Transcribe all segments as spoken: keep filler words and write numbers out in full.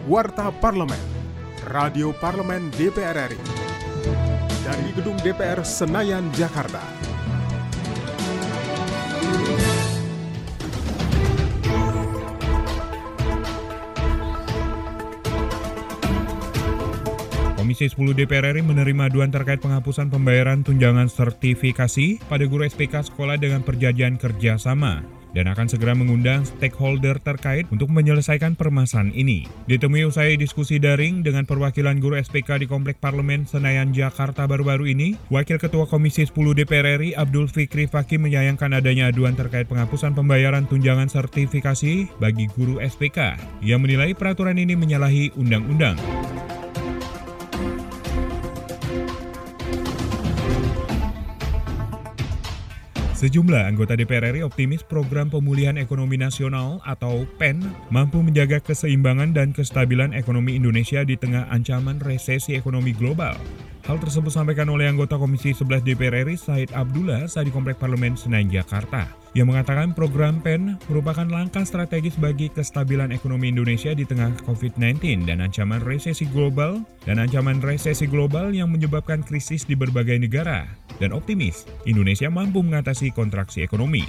Warta Parlemen, Radio Parlemen D P R R I, dari Gedung D P R Senayan, Jakarta. Komisi sepuluh D P R R I menerima aduan terkait penghapusan pembayaran tunjangan sertifikasi pada guru S P K sekolah dengan perjanjian kerjasama dan akan segera mengundang stakeholder terkait untuk menyelesaikan permasalahan ini. Ditemui usai diskusi daring dengan perwakilan guru S P K di Komplek Parlemen Senayan, Jakarta baru-baru ini, Wakil Ketua Komisi sepuluh D P R R I Abdul Fikri Fakih menyayangkan adanya aduan terkait penghapusan pembayaran tunjangan sertifikasi bagi guru S P K. Ia menilai peraturan ini menyalahi undang-undang. Sejumlah anggota D P R R I optimis program pemulihan ekonomi nasional atau P E N mampu menjaga keseimbangan dan kestabilan ekonomi Indonesia di tengah ancaman resesi ekonomi global. Hal tersebut disampaikan oleh anggota Komisi sebelas D P R R I Said Abdullah saat di Komplek Parlemen Senayan, Jakarta. Ia mengatakan program P E N merupakan langkah strategis bagi kestabilan ekonomi Indonesia di tengah covid sembilan belas dan ancaman resesi global dan ancaman resesi global yang menyebabkan krisis di berbagai negara, dan optimis Indonesia mampu mengatasi kontraksi ekonomi.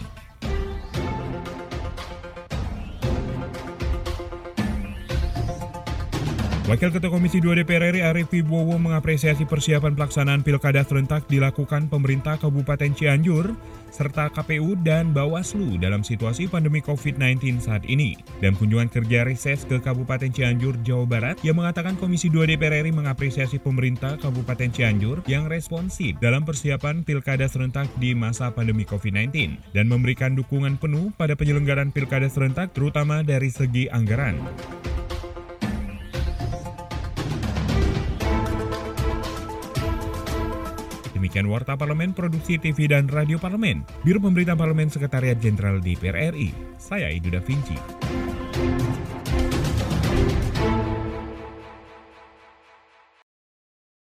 Wakil Ketua Komisi dua D P R R I Arief Wibowo mengapresiasi persiapan pelaksanaan pilkada serentak dilakukan pemerintah Kabupaten Cianjur serta K P U dan Bawaslu dalam situasi pandemi covid sembilan belas saat ini. Dalam kunjungan kerja reses ke Kabupaten Cianjur, Jawa Barat, ia mengatakan Komisi dua D P R R I mengapresiasi pemerintah Kabupaten Cianjur yang responsif dalam persiapan pilkada serentak di masa pandemi covid sembilan belas dan memberikan dukungan penuh pada penyelenggaraan pilkada serentak terutama dari segi anggaran. Demikian Warta Parlemen, Produksi T V dan Radio Parlemen, Biro Pemberitaan Parlemen Sekretariat Jenderal D P R R I. Saya Idu Da Vinci.